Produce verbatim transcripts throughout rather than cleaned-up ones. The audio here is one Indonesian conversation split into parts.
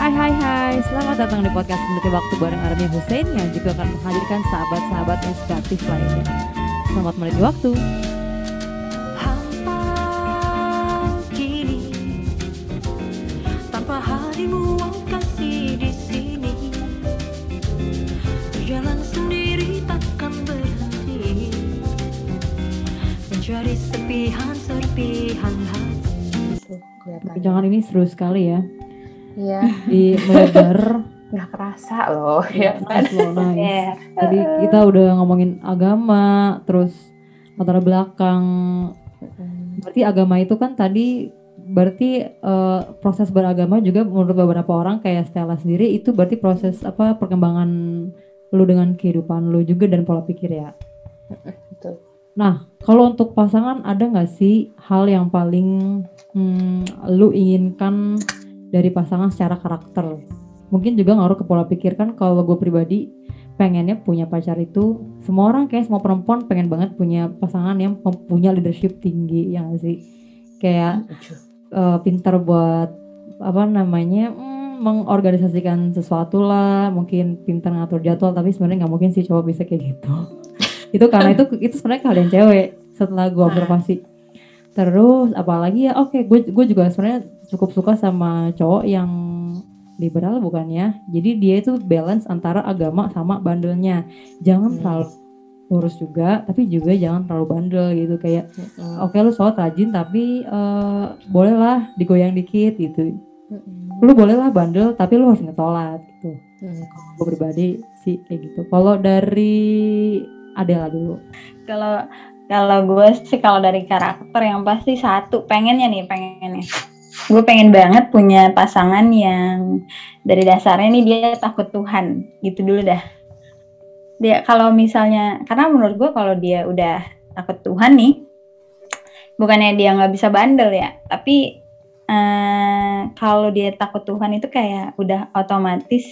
Hai hai hai, selamat datang di podcast Meniti Waktu bareng Army Hussein yang juga akan menghadirkan sahabat-sahabat inspiratif lainnya. Selamat meniti waktu. Hampa kini tanpa harimu kasih di sini, berjalan sendiri takkan berhenti, mencari serpihan-serpihan hati. Jangan, ini seru sekali ya. Iya, Di melebar nggak kerasa loh, ya kan? slow nice. Iya. Tadi kita udah ngomongin agama, terus latar belakang. Berarti agama itu kan tadi berarti eh, proses beragama juga menurut beberapa orang kayak Stella sendiri itu berarti proses apa perkembangan lu dengan kehidupan lu juga dan pola pikir ya. Betul. Nah, kalau untuk pasangan ada nggak sih hal yang paling hmm, lu inginkan dari pasangan secara karakter? Mungkin juga ngaruh ke pola pikir kan. Kalau gue pribadi pengennya punya pacar itu, semua orang kayak semua perempuan pengen banget punya pasangan yang punya leadership tinggi, ya nggak sih? Kayak uh, pintar buat apa namanya hmm, mengorganisasikan sesuatu lah, mungkin pintar ngatur jadwal. Tapi sebenarnya nggak mungkin sih cowok bisa kayak gitu. Itu karena itu itu sebenarnya kalian cewek setelah gue observasi. Terus apalagi ya, oke okay, gue gue juga sebenarnya cukup suka sama cowok yang liberal bukan ya. Jadi dia itu balance antara agama sama bandelnya. Jangan hmm. terlalu lurus juga, tapi juga jangan terlalu bandel gitu. Kayak hmm. oke okay, lu sholat rajin tapi uh, bolehlah digoyang dikit gitu. Hmm. Lu bolehlah bandel tapi lu harus ngetolak gitu. Hmm. Gue pribadi sih kayak gitu. Kalau dari Adela dulu. Kalau kalau gue sih kalau dari karakter yang pasti satu pengennya nih pengennya gue pengen banget punya pasangan yang dari dasarnya nih dia takut Tuhan gitu dulu dah. Dia kalau misalnya karena menurut gue kalau dia udah takut Tuhan nih, bukannya dia nggak bisa bandel ya, tapi eh, kalau dia takut Tuhan itu kayak udah otomatis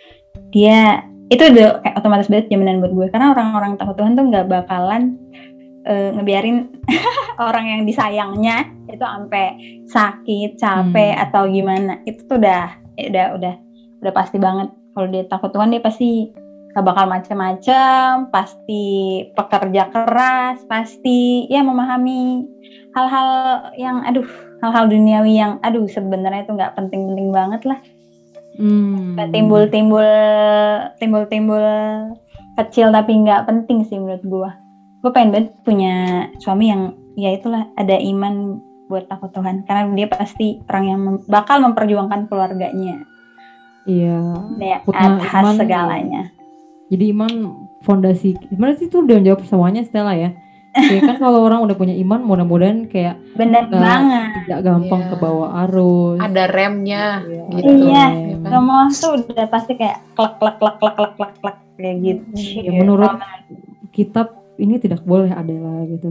dia itu udah kayak otomatis banget jaminan buat gue, karena orang-orang takut Tuhan tuh nggak bakalan uh, ngebiarin orang yang disayangnya itu sampai sakit, capek hmm. atau gimana. Itu tuh udah udah udah udah pasti banget. Kalau dia takut Tuhan dia pasti gak bakal macam-macam, pasti pekerja keras, pasti ya memahami hal-hal yang aduh hal-hal duniawi yang aduh sebenarnya itu nggak penting-penting banget lah. Hmm. timbul-timbul timbul-timbul kecil tapi nggak penting sih menurut gue. Gue pengen banget punya suami yang ya itulah ada iman buat takut Tuhan, karena dia pasti orang yang mem- bakal memperjuangkan keluarganya. Iya. Ya, atas segalanya. Jadi iman fondasi. Sebenarnya sih itu udah jawab semuanya Stella ya. Kayak kan kalau orang udah punya iman, mudah-mudahan kayak bener gak, banget, tidak gampang yeah. ke bawah arus. Ada remnya, iya. gitu. Iya, ya kan? semua tuh udah pasti kayak klak klak klak klak klak klak klak kayak gitu. Ya, menurut kitab ini tidak boleh adalah gitu.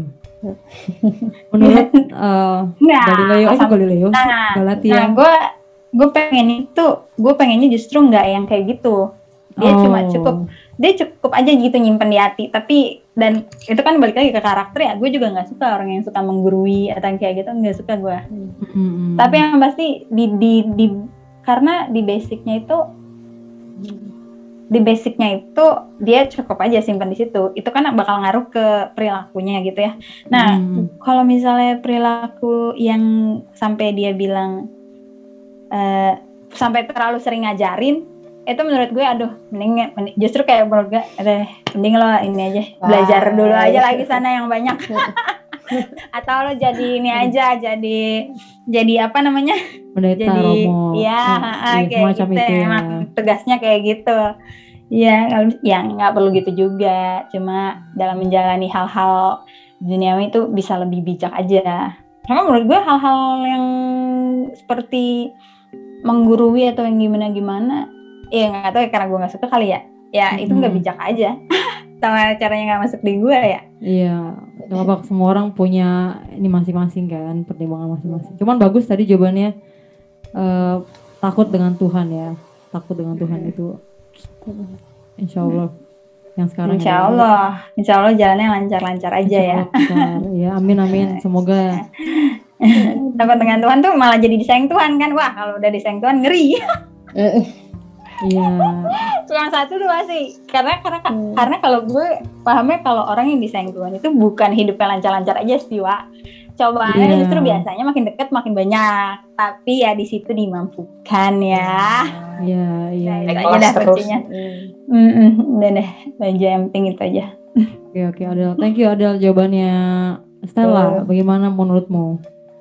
Menurut uh, nah, Galileo, eh Galileo, nah, Galatia. Nah, gue gue pengen itu, gue pengennya justru nggak yang kayak gitu. Dia oh. cuma cukup, dia cukup aja gitu nyimpen di hati. Tapi dan itu kan balik lagi ke karakter ya. Gue juga nggak suka orang yang suka menggurui atau kayak gitu, nggak suka gue. Hmm. Tapi yang pasti di di di karena di basicnya itu, di basicnya itu dia cukup aja simpan di situ. Itu kan bakal ngaruh ke perilakunya gitu ya. Nah, hmm. kalau misalnya perilaku yang sampai dia bilang uh, sampai terlalu sering ngajarin, itu menurut gue aduh mending, mending justru kayak menurut gue aduh, mending lo ini aja belajar dulu aja lagi sana yang banyak. Atau lo jadi ini aja jadi jadi apa namanya pendeta jadi romo ya, ya, ya kayak gitu itu ya. Emang tugasnya kayak gitu ya. Yang nggak perlu gitu juga, cuma dalam menjalani hal-hal duniawi itu bisa lebih bijak aja. Karena menurut gue hal-hal yang seperti menggurui atau yang gimana-gimana ya nggak tahu ya, karena gue nggak suka kali ya ya hmm. itu nggak bijak aja. Sama caranya nggak masuk di gue ya. Iya, nggak apa-apa, semua orang punya ini masing-masing kan, pertimbangan masing-masing. Cuman bagus tadi jawabannya, uh, takut dengan Tuhan ya, takut dengan Tuhan itu, Insya Allah. Yang sekarang Insya Allah, ya, Insya Allah jalannya lancar-lancar aja ya. Ya, amin amin, semoga. Takut dengan Tuhan tuh malah jadi disayang Tuhan kan, wah kalau udah disayang Tuhan ngeri. Mm. Iya. Yang satu tuh masih karena karena Hmm. karena kalau gue pahamnya kalau orang yang disayang Tuhan itu bukan hidupnya lancar-lancar aja sih, Wak. Cobaannya Iya. justru biasanya makin deket makin banyak, tapi ya di situ dimampukan ya. Iya, iya. Nah, iya. itu aja Ikhlas dah terus. kuncinya. Mm. Mm-mm, udah deh, aja yang penting itu aja. Oke, oke, Adel. Thank you, Adel, jawabannya. Stella, Betul. bagaimana menurutmu?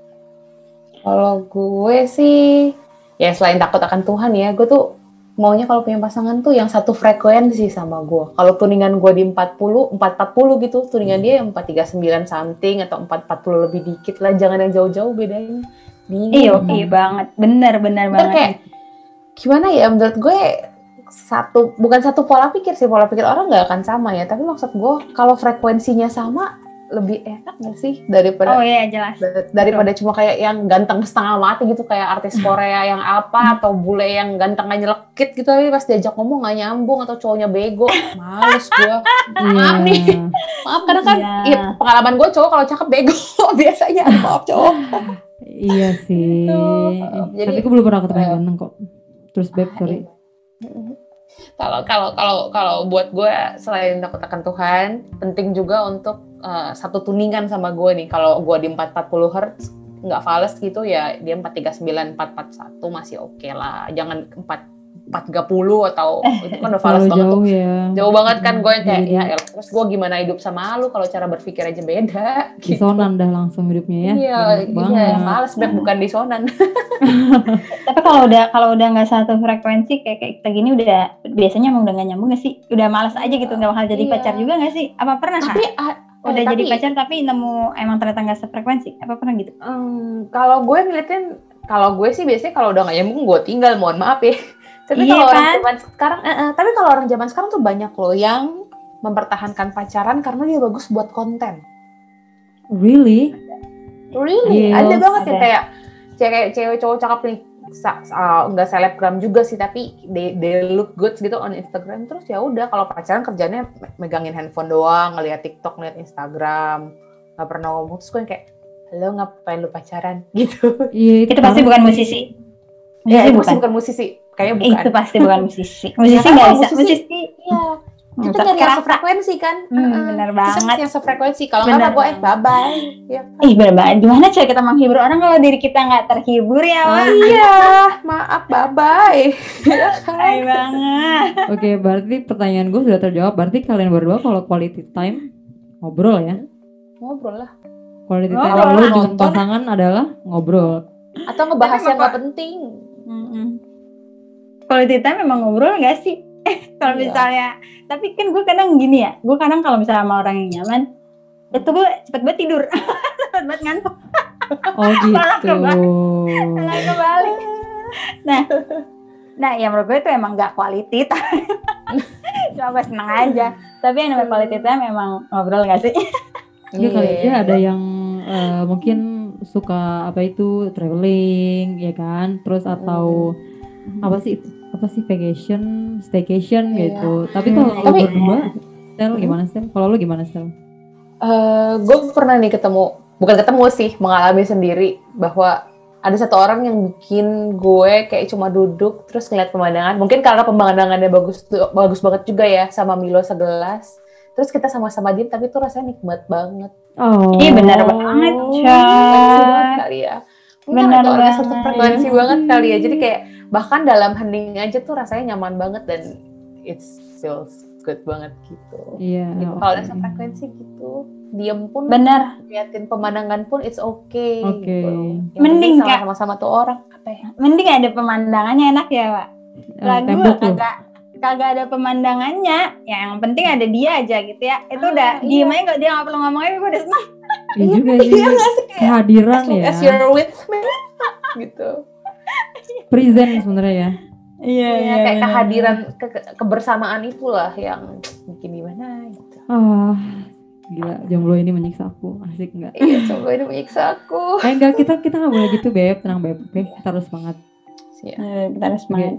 Kalau gue sih, ya selain takut akan Tuhan ya, gue tuh maunya kalau punya pasangan tuh yang satu frekuensi sama gue. Kalau tuningan gue di empat puluh, empat empat puluh gitu, tuningan dia yang empat tiga sembilan something atau empat empat puluh lebih dikit lah, jangan yang jauh-jauh bedanya. Bingung. Iya, oke banget, benar-benar Ntar banget. kayak, gimana ya, menurut gue satu, bukan satu pola pikir sih, pola pikir orang nggak akan sama ya, tapi maksud gue kalau frekuensinya sama, lebih enak nggak sih daripada Oh iya jelas. Dar- daripada cuma kayak yang ganteng setengah mati gitu kayak artis Korea yang apa atau bule yang ganteng aja nyelekit gitu tapi pas diajak ngomong nggak nyambung atau cowoknya bego males gue maaf nih maaf karena kan Iya. iya, pengalaman gue cowok kalau cakep bego biasanya maaf cowok Iya sih. Gitu. Jadi, Tapi gue belum pernah ketemu yang eh, ganteng kok. Terus Beb, sorry. kalau kalau kalau kalau buat gue selain takut akan Tuhan penting juga untuk uh, satu tuningan sama gue nih kalau gue di empat empat puluh hertz nggak fals gitu ya dia empat tiga sembilan empat empat satu masih oke lah jangan empat empat tiga puluh atau itu kan udah fals Terlalu banget tuh jauh ya. jauh banget kan gue kayak Jadi ya elah, terus gue gimana hidup sama lu kalau cara berpikir aja beda gitu. disonan dah langsung hidupnya ya. Iya, Enak iya, banget. males Beb, bukan disonan. Tapi kalau udah kalau udah nggak satu frekuensi kayak kayak kita gini udah biasanya emang udah nggak nyambung nggak sih? Udah malas aja gitu nggak bakal jadi Iya. pacar juga nggak sih? Apa pernah? Tapi Kak? ah, Udah eh, jadi tapi, pacar tapi nemu emang ternyata nggak sefrekuensi? Apa pernah gitu? em, kalau gue ngeliatin, kalau gue sih biasanya kalau udah nggak nyambung gue tinggal, mohon maaf ya. Tapi Iya kalau orang kan? zaman sekarang, eh, eh, tapi kalau orang zaman sekarang tuh banyak loh yang mempertahankan pacaran karena dia bagus buat konten. Really? Really, Yes, ada banget ya ada. kayak cewek cewek cowok cakep nih, sa- sa- nggak selebgram juga sih tapi they, they look good gitu on Instagram terus ya udah kalau pacaran kerjanya me- megangin handphone doang, ngeliat TikTok, ngeliat Instagram, nggak pernah ngomong terus gue yang kayak, halo ngapain lu pacaran gitu. Iya, Itu pasti parah bukan sih. musisi. Ya Musisi itu bukan. pasti bukan musisi, kayaknya bukan. Itu pasti bukan musisi. Musisi karena nggak kalau bisa. musisi- Musisi. Iya, kita Musik nyari yang kerasa. sefrekuensi kan. Hmm, Heeh. bener Kita banget. yang sefrekuensi. Kalau Bener nggak gue eh banget. bye bye. Ya. Ih bener banget. Gimana cara kita menghibur orang kalau diri kita nggak terhibur ya? Wak? Iya, maaf bye bye. Ya kan? Hai banget. Oke, berarti pertanyaan gue sudah terjawab. Berarti kalian berdua kalau quality time ngobrol ya. Ngobrol lah. Quality Ngobrol time lo lah. dengan Nonton. pasangan adalah ngobrol. Atau ngebahas Tapi yang Bapak- nggak penting. Mm-mm. Quality time memang ngobrol nggak sih? Kalau Iya. misalnya, tapi kan gue kadang gini ya, gue kadang kalau misalnya sama orang yang nyaman, itu gue cepet banget tidur, cepet banget ngantuk, Oh Malah gitu. malah kebalik. Nah, nah ya menurut gue itu emang nggak quality time, cuma gue seneng aja. Tapi yang namanya quality time memang ngobrol nggak sih? Iya kali Iya. aja ada yang eh, mungkin suka apa itu traveling ya kan, terus atau apa sih apa sih vacation, staycation Iya. gitu. Tapi kalau lo Tapi- berdua, Stel gimana Stel? Kalau lo gimana Stel? Eh, gue pernah nih ketemu, bukan ketemu sih, mengalami sendiri bahwa ada satu orang yang bikin gue kayak cuma duduk terus ngeliat pemandangan. Mungkin karena pemandangannya bagus bagus banget juga ya sama Milo segelas. Terus kita sama-sama diem tapi tuh rasanya nikmat banget. Oh. Iya benar banget, Frekuensi Cah. banget kali ya. Mungkin Benar ada orang satu banget. frekuensi Iya banget sih. kali ya. Jadi kayak bahkan dalam hening aja tuh rasanya nyaman banget dan it feels good banget gitu. Iya. Gitu. oke. Kalau ada sefrekuensi gitu, diem pun, Bener, liatin pemandangan pun it's okay. Oke. Gitu. Yang Mending, penting Kak. sama-sama tuh orang apa ya? mending ada pemandangannya enak ya, Pak. Eh, Lagu tembok lo. kagak kagak ada pemandangannya, ya, yang penting ada dia aja gitu ya. Itu Ah, udah iya. diem aja nggak dia nggak perlu ngomong aja gue udah senang. Iya juga sih. Iya nggak sih kayak Kehadiran as long ya. as you're with me gitu. Present sebenarnya ya. Iya Iya, kayak kehadiran ke- ke- kebersamaan itulah yang bikin gimana gitu. Ah, gila jomblo ini menyiksa aku. Asik enggak? Iya, coba ini menyiksa aku. Eh enggak, kita kita nggak boleh gitu Beb, tenang Beb. Oke, kita harus semangat. Iya. Kita harus semangat.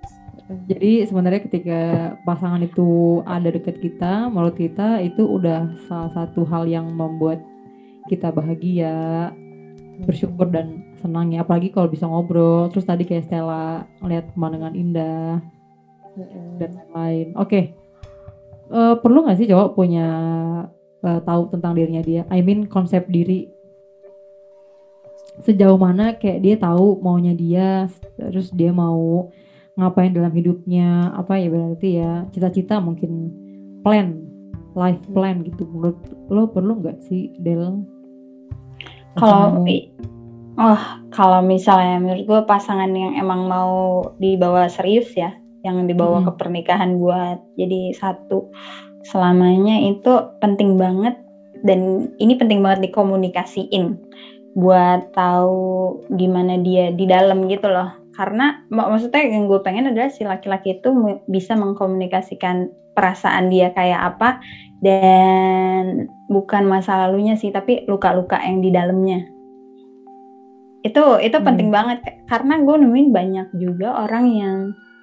Jadi sebenarnya ketika pasangan itu ada dekat kita, menurut kita itu udah salah satu hal yang membuat kita bahagia, bersyukur dan senang ya, apalagi kalau bisa ngobrol. Terus tadi kayak Stella ngeliat pemandangan indah Mm-mm. dan lain-lain. Oke, Eh, perlu nggak sih cowok punya eh, tahu tentang dirinya dia? I mean konsep diri sejauh mana kayak dia tahu maunya dia, terus dia mau ngapain dalam hidupnya, apa ya berarti ya cita-cita mungkin plan, life plan gitu. Menurut lo perlu nggak sih Del? Kalau Pasanganmu? i- oh kalau misalnya menurut gue pasangan yang emang mau dibawa serius ya, yang dibawa Mm-mm. ke pernikahan buat jadi satu selamanya, itu penting banget. Dan ini penting banget dikomunikasiin buat tahu gimana dia di dalam gitu loh. Karena mak- maksudnya yang gue pengen adalah si laki-laki itu me- bisa mengkomunikasikan perasaan dia kayak apa, dan bukan masa lalunya sih, tapi luka-luka yang di dalamnya. Itu itu Hmm. penting banget, karena gue nemuin banyak juga orang yang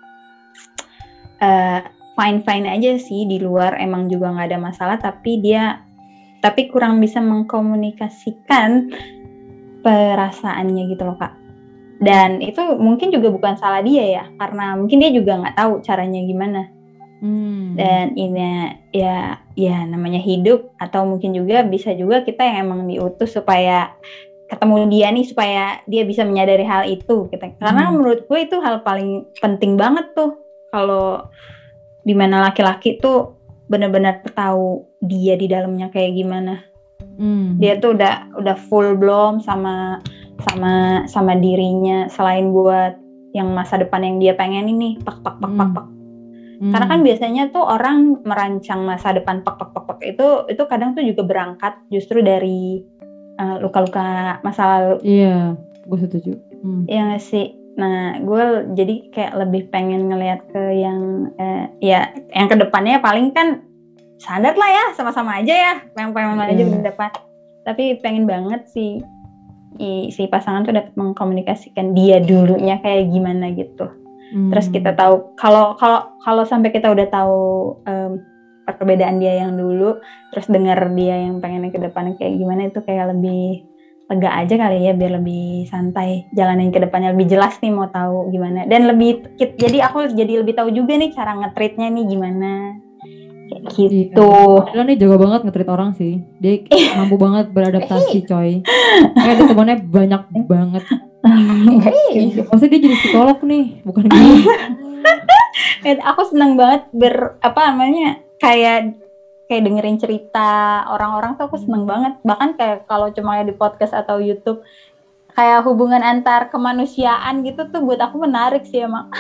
eh, fine-fine aja sih di luar, emang juga nggak ada masalah, tapi dia tapi kurang bisa mengkomunikasikan perasaannya gitu loh Kak. Dan itu mungkin juga bukan salah dia ya, karena mungkin dia juga nggak tahu caranya gimana. Hmm. Dan ini ya ya namanya hidup, atau mungkin juga bisa juga kita yang emang diutus supaya ketemu dia nih, supaya dia bisa menyadari hal itu gitu. Karena Hmm. menurut gue itu hal paling penting banget tuh, kalau dimana laki-laki tuh benar-benar tahu dia di dalamnya kayak gimana. Hmm. Dia tuh udah udah full belum sama sama sama dirinya, selain buat yang masa depan yang dia pengen ini pak pak pak pak Hmm. pak. Karena kan biasanya tuh orang merancang masa depan pak pak pak pak itu itu kadang tuh juga berangkat justru dari uh, luka-luka masa lalu. Iya, gue setuju. Hmm. Iya nggak sih. Nah, gue jadi kayak lebih pengen ngelihat ke yang eh, ya yang kedepannya paling kan standar lah ya, sama-sama aja ya, pengen-pengen aja Iya. ke depan. Tapi pengen banget sih i- si pasangan tuh dapat mengkomunikasikan dia dulunya kayak gimana gitu. Hmm. Terus kita tahu kalau kalau kalau sampai kita udah tahu em, perbedaan dia yang dulu, terus dengar dia yang pengennya ke depannya kayak gimana, itu kayak lebih lega aja kali ya, biar lebih santai jalanin ke depannya, lebih jelas nih mau tahu gimana, dan lebih jadi aku jadi lebih tahu juga nih cara nge-treatnya nih gimana kayak gitu. Padahal nih jago banget nge-treat orang sih. Dia mampu banget beradaptasi coy. Kayak dia temannya banyak banget. Maksudnya dia jadi psikolog nih, bukan gue. Dan aku senang banget ber apa namanya kayak kayak dengerin cerita orang-orang tuh, aku seneng banget. Bahkan kayak kalau cuma di podcast atau YouTube, kayak hubungan antar kemanusiaan gitu tuh buat aku menarik sih emang.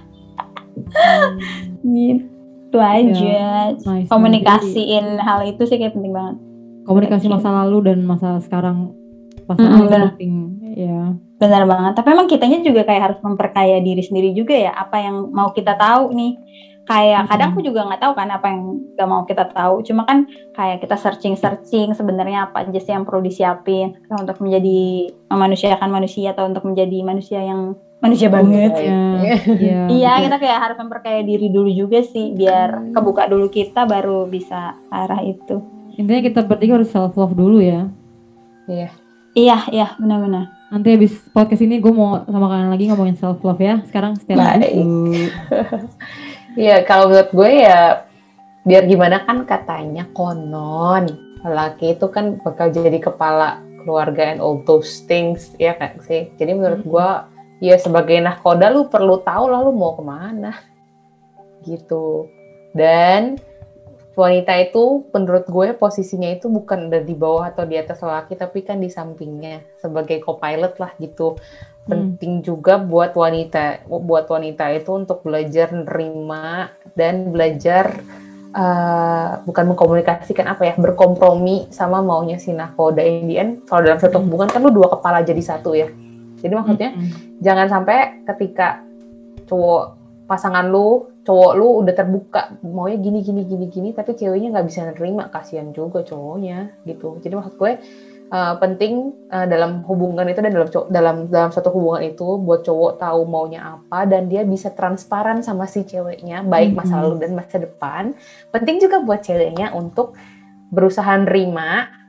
Gitu aja. Nice, Komunikasiin hal itu sih kayak penting banget. Komunikasi masa lalu dan masa sekarang pasangan Mm-mm, itu benar. penting ya. Benar banget. Tapi emang kitanya juga kayak harus memperkaya diri sendiri juga ya, apa yang mau kita tahu nih. Kayak kadang aku juga nggak tahu kan apa yang nggak mau kita tahu. Cuma kan kayak kita searching-searching sebenarnya apa aja sih yang perlu disiapin untuk menjadi memanusiakan manusia, atau untuk menjadi manusia yang manusia banget. Iya. Iya. Iya, kita kayak harus memperkaya diri dulu juga sih, biar kebuka dulu kita baru bisa ke arah itu. Intinya kita bertiga harus self love dulu ya. Iya. Iya, iya, benar-benar. Nanti habis podcast ini gue mau sama kalian lagi ngomongin self love ya. Sekarang Stella Baik. dulu. Iya, kalau menurut gue ya biar gimana kan katanya konon laki itu kan bakal jadi kepala keluarga and all those things ya kan sih. Jadi menurut gue ya sebagai nahkoda lu perlu tahu lah lu mau kemana gitu. Dan wanita itu menurut gue posisinya itu bukan ada di bawah atau di atas laki, tapi kan di sampingnya sebagai co-pilot lah gitu. Penting juga buat wanita, buat wanita itu untuk belajar nerima dan belajar uh, bukan mengkomunikasikan apa ya, berkompromi sama maunya si nahkoda. In the end, kalau dalam satu hubungan kan lu dua kepala jadi satu ya. Jadi maksudnya Mm-mm. jangan sampai ketika cowok pasangan lu, cowok lu udah terbuka maunya gini gini gini gini, tapi ceweknya nggak bisa nerima, kasihan juga cowoknya gitu. Jadi maksud gue Uh, penting uh, dalam hubungan itu dan dalam dalam dalam satu hubungan itu buat cowok tahu maunya apa dan dia bisa transparan sama si ceweknya, baik masa Mm-hmm. lalu dan masa depan. Penting juga buat ceweknya untuk berusaha nerima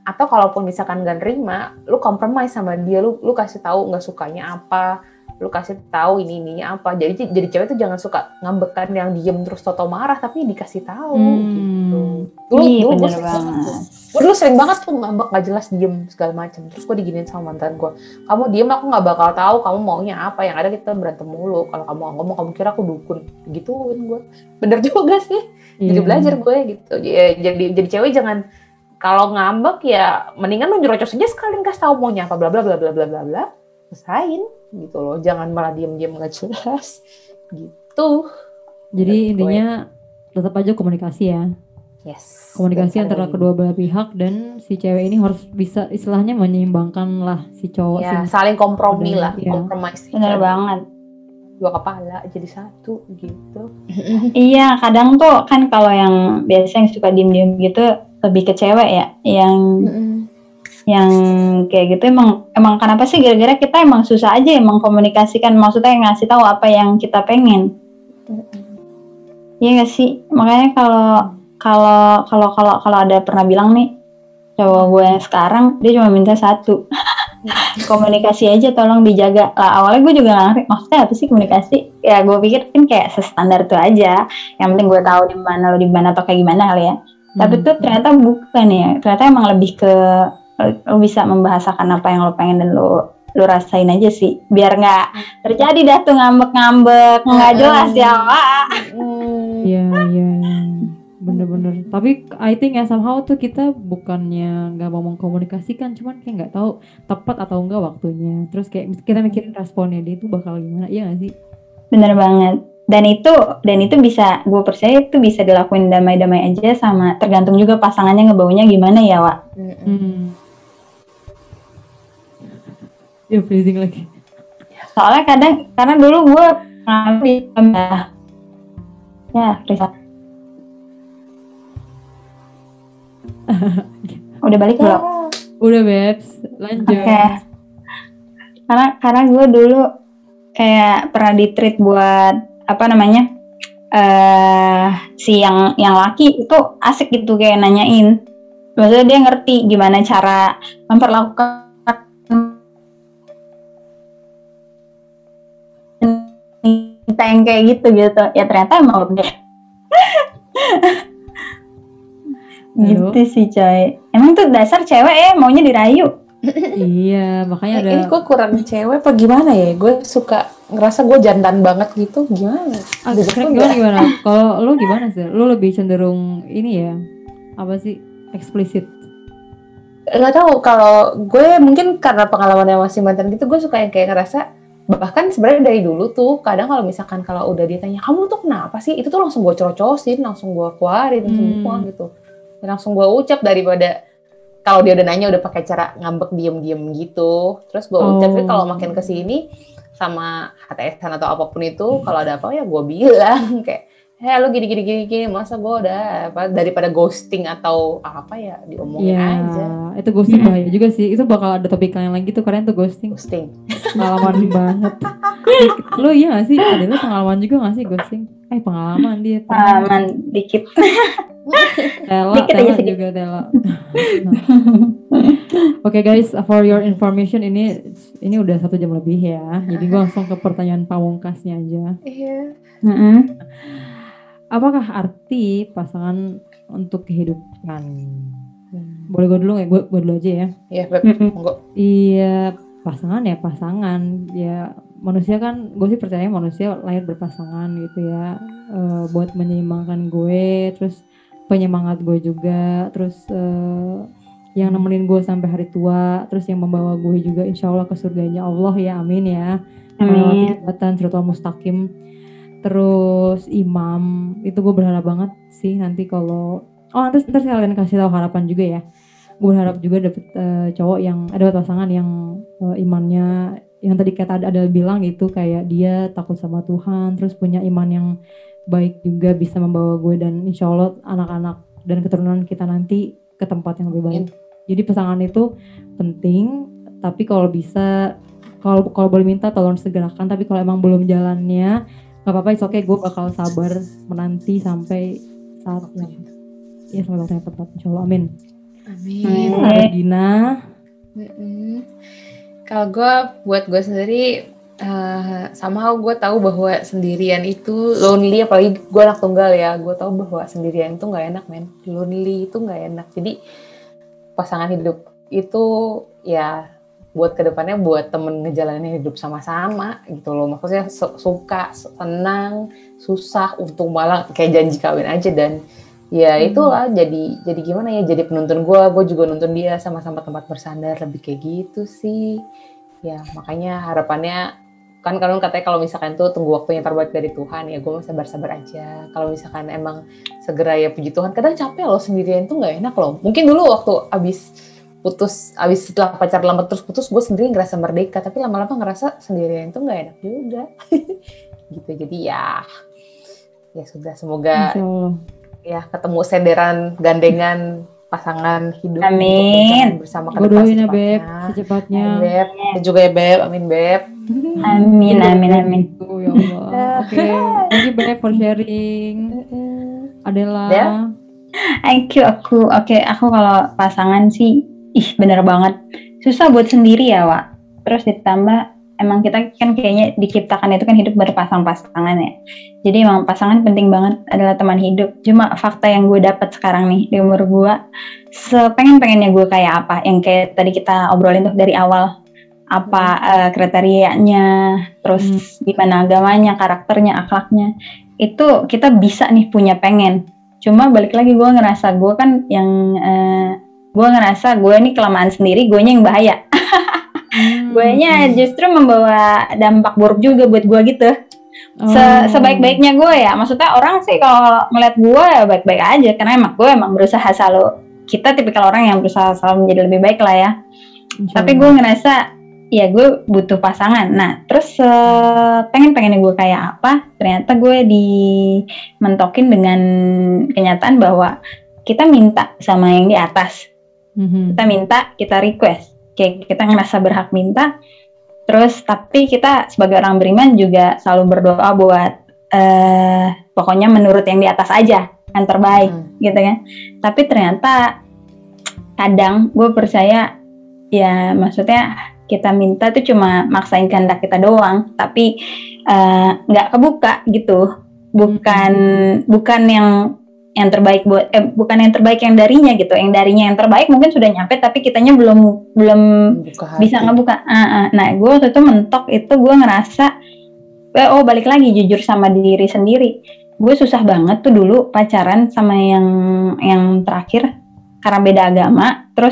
atau kalaupun misalkan gak nerima, lu compromise sama dia, lu lu kasih tahu nggak sukanya apa, lu kasih tahu ini ininya apa. Jadi jadi cewek tuh jangan suka ngambekan yang diem terus toto marah, tapi dikasih tahu Hmm. gitu. Dulu Ih, dulu gue bener sering banget. banget tuh. Gue dulu sering banget tuh ngambek gak jelas diem segala macam. Terus gue diginiin sama mantan gue. Kamu diem aku nggak bakal tahu kamu maunya apa. Yang ada kita berantem mulu. Kalau kamu ngomong kamu kira aku dukun. Gituin gue. Bener juga sih. Jadi Iya. belajar gue gitu. Ya, jadi jadi cewek jangan kalau ngambek ya mendingan lu nyerocos aja sekalian kasih tahu maunya apa bla bla bla bla bla bla bla. Selesain gitu loh. Jangan malah diem-diem gak jelas. Gitu. Jadi Menurut intinya tetap aja komunikasi ya. Yes. Komunikasi Dan antara saling- kedua belah pihak dan si cewek ini harus bisa istilahnya menyeimbangkan lah si cowok ya, si saling kompromi Ada, lah, ya. kompromis. Bener banget. Dua kepala jadi satu gitu. Iya, kadang tuh kan kalau yang biasa yang suka diem-diem gitu lebih ke cewek ya, yang yang kayak gitu emang emang kenapa sih gara-gara kita emang susah aja emang komunikasikan, maksudnya ngasih tahu apa yang kita pengen. Iya gak sih? Makanya kalau kalau kalau kalau kalau ada pernah bilang nih cowok gue yang sekarang dia cuma minta satu. Komunikasi aja tolong dijaga lah. Awalnya gue juga nggak ngerti maksudnya apa sih komunikasi, ya gue pikir kan kayak standar tuh aja, yang penting gue tahu di mana lo di mana atau kayak gimana kali ya. Tapi Hmm. tuh ternyata bukan ya, ternyata emang lebih ke lo bisa membahasakan apa yang lo pengen dan lo lo rasain aja sih, biar nggak terjadi dah tuh ngambek-ngambek nggak jelas ya Wak. Hmm. Iya, iya, iya. Bener-bener. Tapi I think ya somehow tuh kita bukannya nggak mau mengkomunikasikan, cuman kayak nggak tahu tepat atau enggak waktunya. Terus kayak kita mikirin responnya dia itu bakal gimana, iya nggak sih? Bener banget. Dan itu dan itu bisa, gue percaya itu bisa dilakuin damai-damai aja, sama tergantung juga pasangannya ngebaunya gimana ya Wak. Hmm. Ya freezing lagi. Soalnya kadang, karena dulu gue ngalamin di ya, Risa. Udah balik belum? Udah Babs, lanjut. Oke. Karena karena gue dulu kayak pernah di treat buat apa namanya eh si yang yang laki itu asik gitu kayak nanyain, maksudnya dia ngerti gimana cara memperlakukan kita yang kayak gitu gitu. Ya ternyata emang udah Halo? gitu sih coy. Emang tuh dasar cewek ya maunya dirayu. Iya, makanya ada. Ini gue kurang cewek apa gimana ya? Gue suka ngerasa gue jantan banget gitu. Gimana? Ah, Bebek kira- tuh gimana nggak- gimana? Kalau lu gimana sih? Lu lebih cenderung ini ya? Apa sih? Eksplisit. nggak tahu, kalau gue mungkin karena pengalamannya masih mantan gitu, gue suka yang kayak ngerasa, bahkan sebenarnya dari dulu tuh kadang kalau misalkan kalau udah ditanya kamu tuh kenapa sih, itu tuh langsung gue cocosin, langsung gue keluarin Hmm. semua gitu, dan langsung gue ucap daripada kalau dia udah nanya udah pakai cara ngambek diem-diem gitu, terus gue ucap. Tapi Oh. kalau makin kesini sama H T S-an atau apapun itu, kalau ada apa ya gue bilang kayak, heh lu gini gini gini gini, masa gue udah apa, daripada ghosting atau apa ya diomongin Iya, aja. itu ghosting bahaya juga sih. Itu bakal ada topik lain lagi tuh, kalian tuh ghosting. Ghosting. Pengalaman banget. Lu iya gak sih? Ada lu pengalaman juga gak sih ghosting? Eh pengalaman dia. Pengalaman dikit. Tela, Dikit aja, Tela sedikit. juga Tela. Oke guys, for your information ini ini udah satu jam lebih ya. Jadi gue langsung ke pertanyaan pamungkasnya aja. Iya. Mm-mm. Apakah arti pasangan untuk kehidupan? Boleh gue dulu nggak? Gue gue dulu aja ya. Iya, Beb. Mm-mm. Monggo. Iya, pasangan ya pasangan. Ya manusia kan, gue sih percaya manusia lahir berpasangan gitu ya. Eh, buat menyeimbangkan gue, terus penyemangat gue juga, terus eh, yang nemenin gue sampai hari tua, terus yang membawa gue juga insya Allah ke surganya Allah ya, amin ya. Melewati Amin. jembatan Siratal Mustaqim. Terus imam, itu gue berharap banget sih nanti kalau, oh nanti ntar kalian kasih tahu harapan juga ya. Gue berharap juga dapet eh, cowok yang, ada pasangan yang eh, imannya, yang tadi kata ada, ada bilang gitu, kayak dia takut sama Tuhan, terus punya iman yang baik juga, bisa membawa gue dan insya Allah anak-anak dan keturunan kita nanti ke tempat yang lebih baik. Jadi pasangan itu penting, tapi kalau bisa, kalau kalau boleh minta tolong segerakan, tapi kalau emang belum jalannya gak apa-apa, it's okay, gue bakal sabar menanti sampai saat yang ya sampai waktu yang tepat, insya Allah, amin. Amin. Amin. Regina. Mm-mm. Kalau gue, buat gue sendiri, uh, somehow gue tahu bahwa sendirian itu lonely, apalagi gue anak tunggal ya, gue tahu bahwa sendirian itu nggak enak, men. Lonely itu nggak enak. Jadi pasangan hidup itu ya buat kedepannya buat temen ngejalanin hidup sama-sama gitu loh. Maksudnya su- suka, senang, susah, untung malah kayak janji kawin aja. Dan ya itulah jadi jadi gimana ya, jadi penuntun gue, gue juga nuntun dia, sama-sama tempat bersandar, lebih kayak gitu sih. Ya makanya harapannya kan kalau katanya kalau misalkan tuh tunggu waktu yang terbaik dari Tuhan, ya gue mau sabar-sabar aja. Kalau misalkan emang segera ya puji Tuhan, kadang capek loh sendirian tuh nggak enak loh. Mungkin dulu waktu abis putus, abis setelah pacar lama terus putus, gue sendiri ngerasa merdeka, tapi lama-lama ngerasa sendirian tuh nggak enak juga. Gitu, jadi ya ya sudah, semoga Insya Allah. ya ketemu senderan gandengan pasangan hidup Amin. untuk berjalan bersama ke Gue depan doain ya Beb, secepatnya. secepatnya. Amin, Beb. Dan juga ya Beb, amin Beb. Amin, amin, amin. Gitu, ya Allah. Oke, thank you Beb for sharing. Adela. Ya. Thank you aku. Oke, aku kalau pasangan sih, ih bener banget. Susah buat sendiri ya, Wak. Terus ditambah, emang kita kan kayaknya diciptakan itu kan hidup berpasang-pasangan ya. Jadi emang pasangan penting banget, adalah teman hidup. Cuma fakta yang gue dapat sekarang nih di umur gue, sepengen-pengennya gue kayak apa, yang kayak tadi kita obrolin tuh dari awal, apa uh, kriterianya, terus Hmm. gimana agamanya, karakternya, akhlaknya, itu kita bisa nih punya pengen. Cuma balik lagi gue ngerasa gue kan yang uh, gue ngerasa gue nih kelamaan sendiri, gue yang bahaya. Hmm. Guenya justru membawa dampak buruk juga buat gue gitu. Se Oh. Sebaik-baiknya gue ya, maksudnya orang sih kalau ngeliat gue ya baik-baik aja, karena emang gue emang berusaha selalu, kita tipikal orang yang berusaha selalu menjadi lebih baik lah ya. Insya Tapi Allah. gue ngerasa ya gue butuh pasangan. Nah terus uh, pengen-pengennya gue kayak apa, ternyata gue dimentokin dengan kenyataan bahwa kita minta sama yang di atas. Mhm. Kita minta, kita request, kayak kita ngerasa berhak minta. Terus tapi kita sebagai orang beriman juga selalu berdoa buat uh, pokoknya menurut yang di atas aja, yang terbaik. Hmm. Gitu kan. Tapi ternyata kadang gue percaya ya, maksudnya kita minta tuh cuma maksain kehendak kita doang, tapi nggak uh, kebuka gitu, bukan hmm. bukan yang yang terbaik buat eh, bukan yang terbaik yang darinya gitu, yang darinya yang terbaik mungkin sudah nyampe tapi kitanya belum belum bisa ngebuka. Uh, uh. Nah gue waktu itu mentok itu gue ngerasa eh, oh balik lagi jujur sama diri sendiri, gue susah banget tuh dulu pacaran sama yang yang terakhir karena beda agama. Terus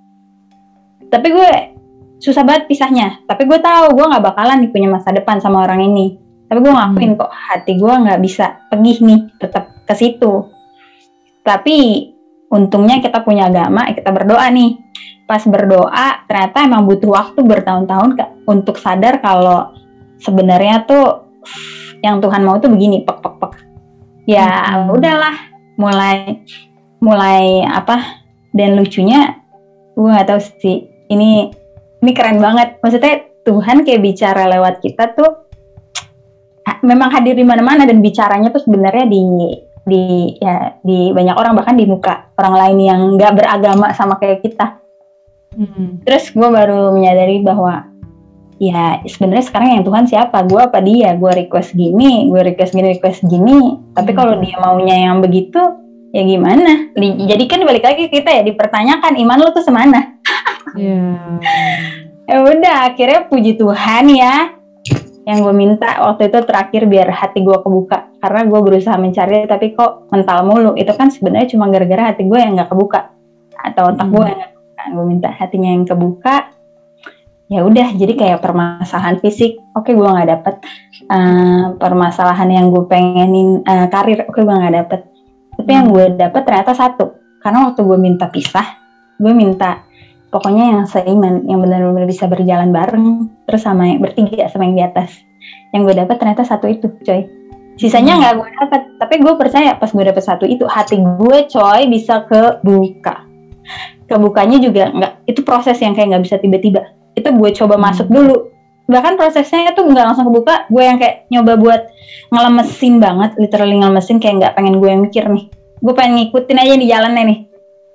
tapi gue susah banget pisahnya, tapi gue tahu gue nggak bakalan nih punya masa depan sama orang ini, tapi gue ngakuin kok hati gue nggak bisa pergi nih tetap ke situ. Tapi untungnya kita punya agama, kita berdoa nih. Pas berdoa ternyata emang butuh waktu bertahun-tahun ke, untuk sadar kalau sebenarnya tuh yang Tuhan mau tuh begini, pek pek pek. Ya hmm. udahlah, mulai mulai apa? Dan lucunya gue nggak tahu sih, ini ini keren banget. Maksudnya Tuhan kayak bicara lewat kita tuh memang hadir di mana-mana, dan bicaranya tuh sebenarnya di di ya di banyak orang, bahkan di muka orang lain yang nggak beragama sama kayak kita. Mm-hmm. Terus gue baru menyadari bahwa ya sebenarnya sekarang yang Tuhan siapa, gue apa dia? Gue request gini, gue request gini, request gini. Tapi mm-hmm. kalau dia maunya yang begitu, ya gimana? Jadi kan balik lagi kita ya dipertanyakan, iman lo tuh semana? Yeah. Ya udah, akhirnya puji Tuhan ya. Yang gue minta waktu itu terakhir biar hati gue kebuka, karena gue berusaha mencari tapi kok mental mulu. Itu kan sebenarnya cuma gara-gara hati gue yang nggak kebuka atau otak hmm. gue yang nggak kebuka. Gue minta hatinya yang kebuka. Ya udah, jadi kayak permasalahan fisik, oke okay, gue nggak dapet. Uh, permasalahan yang gue pengenin uh, karir, oke okay, gue nggak dapet. Tapi hmm. yang gue dapet ternyata satu, karena waktu gue minta pisah, gue minta pokoknya yang seiman, yang benar-benar bisa berjalan bareng, terus sama yang bertiga sama yang di atas. Yang gue dapat ternyata satu itu, coy. Sisanya nggak hmm. gue dapat, tapi gue percaya pas gue dapet satu itu, hati gue, coy, bisa kebuka. Kebukanya juga nggak, itu proses yang kayak nggak bisa tiba-tiba. Itu gue coba hmm. masuk dulu. Bahkan prosesnya itu nggak langsung kebuka, gue yang kayak nyoba buat ngelemesin banget, literally ngelemesin, kayak nggak pengen gue yang mikir nih. Gue pengen ngikutin aja di jalannya nih.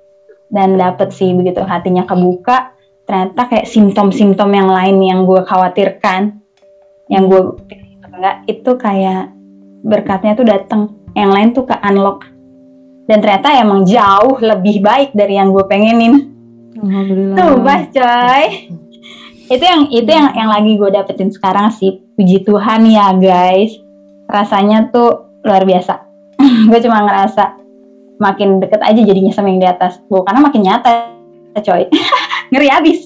dan dapet sih begitu hatinya kebuka, ternyata kayak simptom-simptom yang lain yang gue khawatirkan, yang gue enggak, itu kayak berkatnya tuh datang, yang lain tuh ke unlock, dan ternyata emang jauh lebih baik dari yang gue pengenin. Alhamdulillah. Tuh Bas coy, itu yang itu yang yang lagi gue dapetin sekarang sih, puji Tuhan ya guys, rasanya tuh luar biasa. Gue cuma ngerasa makin deket aja jadinya sama yang di atas, bukan karena makin nyata coy. Ngeri abis.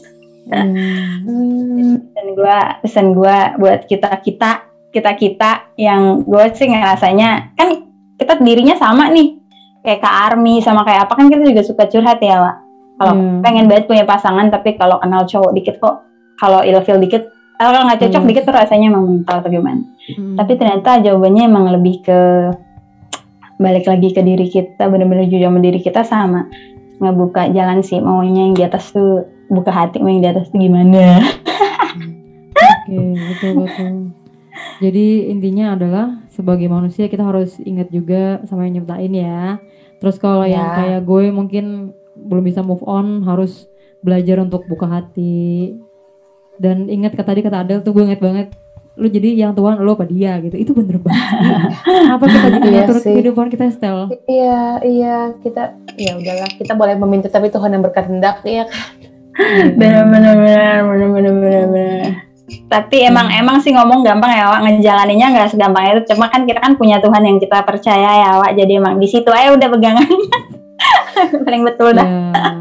Hmm. Dan gue pesan gue buat kita kita kita kita yang gue sih ngerasanya kan kita dirinya sama nih kayak Kak Army sama kayak apa, kan kita juga suka curhat ya Wak. Kalau Hmm. pengen banget punya pasangan tapi kalau kenal cowok dikit kok, kalau ilfil dikit, kalau nggak cocok Hmm. dikit tuh rasanya emang mental atau gimana. Hmm. Tapi ternyata jawabannya emang lebih ke balik lagi ke diri kita, benar-benar jujur sama diri kita, sama ngebuka jalan sih, maunya yang di atas tuh, buka hati mau yang di atas tuh gimana. Oke, betul betul. Jadi intinya adalah sebagai manusia kita harus ingat juga sama yang nyiptain ya. Terus kalau yang Ya. kayak gue mungkin belum bisa move on, harus belajar untuk buka hati. Dan ingat kata tadi kata Adel tuh, gue inget banget. Lu jadi yang Tuhan lu apa dia gitu. Itu bener banget sih. Apa kita juga Iya ngatur sih. kehidupan kita, Stel? Iya, iya, kita ya udahlah, kita boleh meminta tapi Tuhan yang berkehendak ya kan. Bener-bener bener-bener bener-bener. Tapi emang emang sih ngomong gampang ya Wak, ngejalaninnya nggak segampang itu. Cuma kan kita kan punya Tuhan yang kita percaya ya Wak. Jadi emang di situ aja udah pegangannya. Paling betul dah.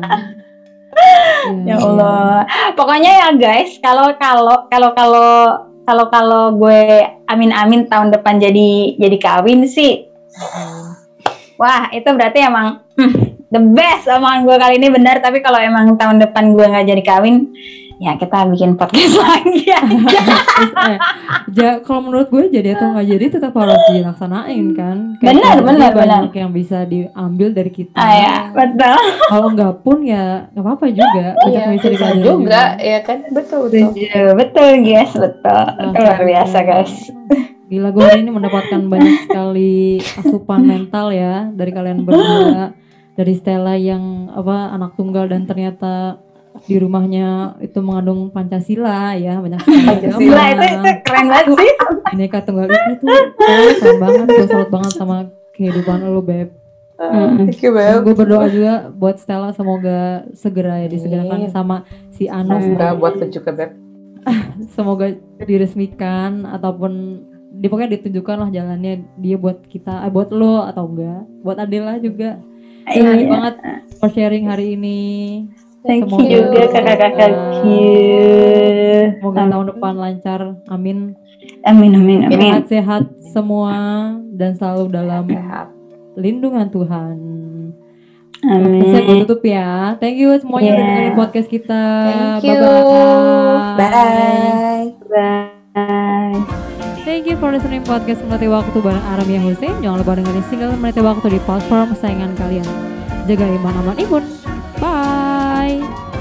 Ya Allah. Pokoknya ya guys, kalau kalau kalau kalau kalau kalau gue amin-amin tahun depan jadi jadi kawin sih. Wah, itu berarti emang hmm, the best omongan gue kali ini benar. Tapi kalau emang tahun depan gue nggak jadi kawin, ya kita bikin podcast lagi aja. eh, ja, kalau menurut gue jadi atau nggak jadi tetap harus dilaksanain kan. Benar, kalau benar, dia banyak benar. yang bisa diambil dari kita. Ah, ya, betul. Kalau nggak pun ya nggak apa-apa juga. Banyak Iya, yang bisa bisa dipelajari juga, ya kan, betul betul. Setuju. Betul guys, betul. Nah, Luar biasa guys. Gila, gue hari ini mendapatkan banyak sekali asupan mental ya dari kalian berdua, dari Stella yang apa anak tunggal dan ternyata di rumahnya itu mengandung Pancasila ya, banyak sekali Pancasila, Gila, agama. itu, itu keren banget sih. Bineka Tunggal Ika itu Stella keren banget, gue salut banget sama kehidupan lo Beb. Thank you, Dan Beb. gue berdoa juga buat Stella semoga segera ya disegerakan Amin. sama si Anu, Semoga buat lu juga, Beb. semoga diresmikan ataupun di pokoknya ditunjukkan lah jalannya dia buat kita, eh, buat lo atau enggak, buat Adela juga. Terima kasih Iya. banget for sharing hari ini. Thank Semoga- you juga kakak-kakak. Semoga tahun depan lancar, amin. Amin amin amin. Sehat-sehat semua dan selalu dalam Sehat. lindungan Tuhan. Amin. Bisa gue tutup ya. Thank you semuanya udah Iya. dengerin podcast kita. Thank you. Bye-bye. Bye. Bye. Thank you for listening podcast Meniti Waktu bareng Aramia Hussein. Jangan lupa dengerin single Meniti Waktu di platform kesayangan kalian. Jaga iman, aman, imun. Bye.